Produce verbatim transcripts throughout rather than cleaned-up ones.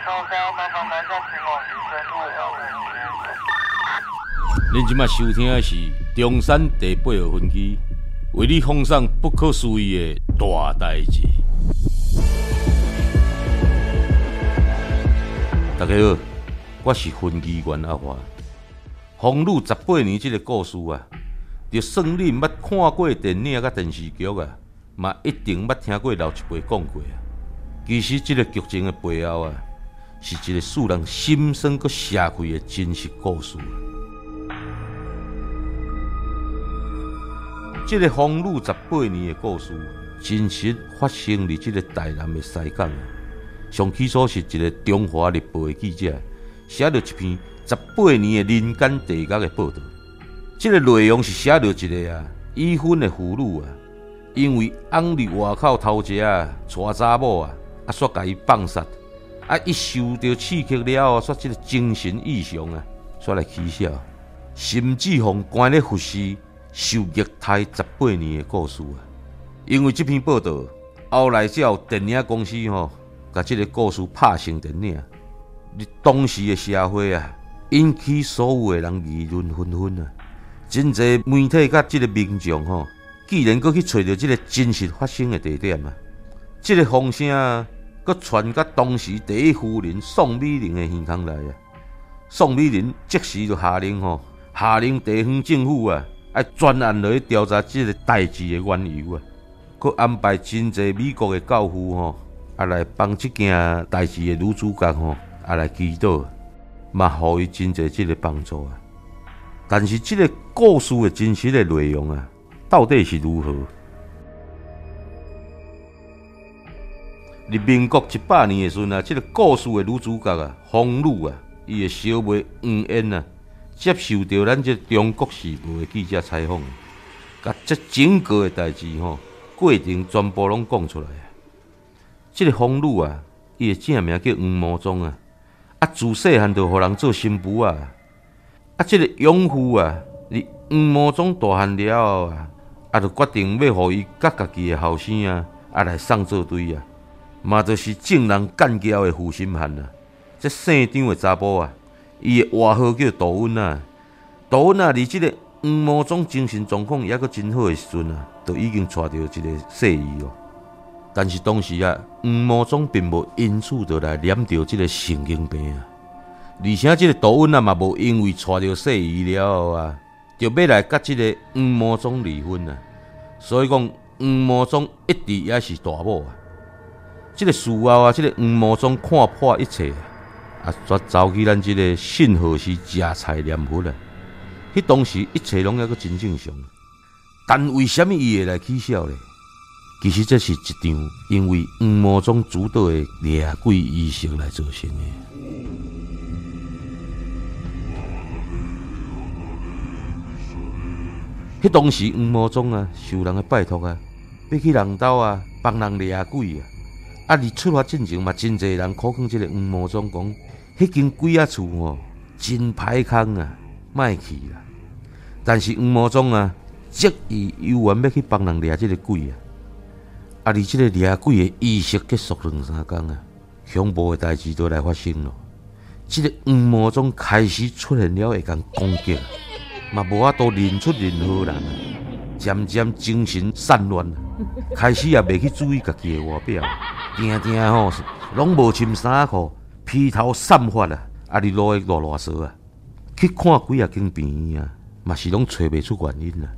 恁即马收听的是中山第八号分机，为你奉上不可思议的大代志。大家好，我是分机员阿华。丰乳十八年这个故事啊，就算你毋捌看过电影甲电视剧啊，嘛一定捌听过老一辈讲过啊。其实这个剧情的背后啊，是一个使人心酸佮社会的真实故事。这个丰乳十八年的故事，真实发生伫这个台南的西港啊。上起初是一个中华日报的记者写了一篇十八年的人间地狱的报道。这个内容是写到一个啊已婚的妇女啊，因为翁伫外口偷食啊，娶查某啊，啊煞甲伊放杀，啊一受到刺激了后，煞这个精神异常啊，煞来起笑，甚至互关咧服侍。受虐待十八年的故事啊！因为这篇报道，后来才有电影公司吼，把这个故事拍成电影。当时的社会啊，引起所有的人议论纷纷啊。真侪媒体甲这个民众吼，竟然阁去找到这个真实发生的地点啊！这个风声啊，阁传到当时第一夫人宋美龄的耳孔内啊。宋美龄即时就下令吼，下令地方政府啊。爱专案落去调查这个代志的缘由啊，佮安排真侪美国的教父吼，啊来帮这件代志的女主角吼，啊来祈祷，嘛，互伊真侪这个帮助啊。但是这个故事的真实的内容啊，到底是如何？伫民国一百年的时阵啊，这个故事的女主角啊，丰乳啊，伊的小妹黄燕啊。接受到咱这中国时报的记者采访，甲这整个的代志吼过程全部拢讲出来啊。这个丰乳啊，伊的正名叫黄毛忠啊，啊自细汉就互人做新妇啊，啊这个养父啊，你黄毛忠大汉了后啊，啊就决定要互伊甲家己的后生啊，啊来送做对啊，嘛就是正人干交的负心汉啊，这姓张的查甫啊。伊的外号叫杜温啊，杜温啊，伫即个黄毛忠精神状况也阁真好的时阵啊，就已经娶到一个细姨哦。但是当时啊，黄毛忠并无因此就来染着即个神经病啊，而且即个杜温啊嘛无因为娶到细姨了后啊，就要来甲即个黄毛忠离婚啊。所以讲，黄毛忠一直也是大某啊。即个事后啊，即个黄毛忠看破一切。啊，煞走去咱即个信号是食菜念佛啊！迄当时一切拢还阁真正常，但为什么伊会来起笑呢？其实这是一场因为黄毛忠主导的掠鬼仪式来造成的。迄当时黄毛忠啊，受人的拜托啊，要去人兜啊，帮人掠鬼啊！啊，伫出发进前嘛，真侪人苦劝即个黄毛忠讲。迄间鬼仔厝吼，真歹空啊，莫去啦。但是黄毛忠啊，执意犹原要去帮人掠即个鬼啊。啊，而即个掠鬼的仪式结束两三天啊，恐怖的代志都来发生咯。即、这个黄毛忠开始出现了会共攻击啊，嘛无法度认出任何人啊，渐渐精神散乱啊，开始也袂去注意家己的外表，定定吼拢无穿衫裤。披头散发啊，啊！你落去落偌趖啊，去看几啊间病院啊，嘛是拢找袂出原因啊。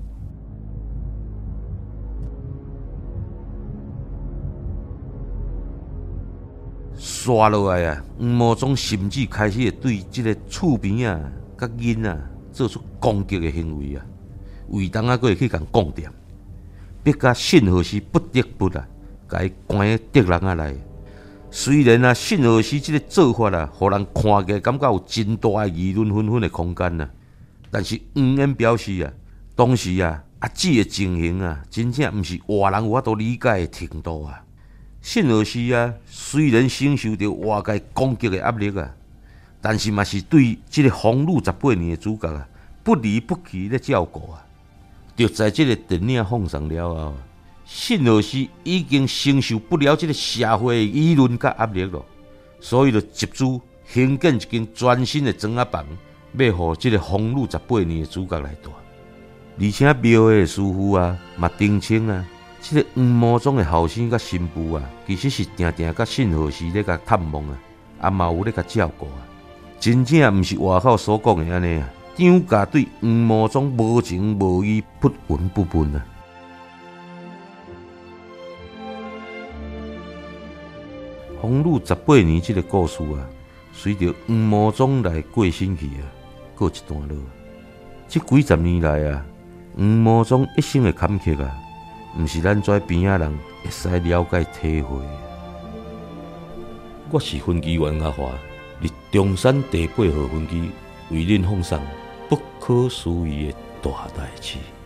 刷落来啊，黄毛忠甚至开始会对这个厝边啊、甲囡啊做出攻击的行为啊，为当啊，佫会去共讲点，逼甲信号师不得不啊，甲伊关喺敌人啊内。虽然啊，信号师这个做法啊，互人看起来感觉有真大的议论纷纷的空间啊，但是黄燕表示啊，当时啊，阿姊的情形啊，真正毋是外人有法度理解的程度啊。信号师啊，虽然承受着外界攻击的压力啊，但是嘛是对这个丰乳十八年的主角啊，不离不弃咧照顾啊。就在这个电影放上了后。信号师已经承受不了这个社会的议论甲压力了， 所以就集资兴建一间全新的庄仔房，要互这个丰禄十八年的主角来住。而且庙的师傅啊，嘛澄清啊，这个黄毛庄的后生甲新妇啊，其实是定定甲信号时咧甲探望啊，啊嘛有咧甲照顾啊，真正毋是外口所讲的安尼啊。张家对黄毛庄无情无义，不闻不问啊。丰禄十八年这个故事啊，随着黄毛庄来过身去啊，过一段落。这几十年来啊，黄毛庄一生的坎坷啊，毋是咱这边仔人会使了解体会的。我是分机员阿华，伫中山第八号分机为恁奉上不可思议的大代志。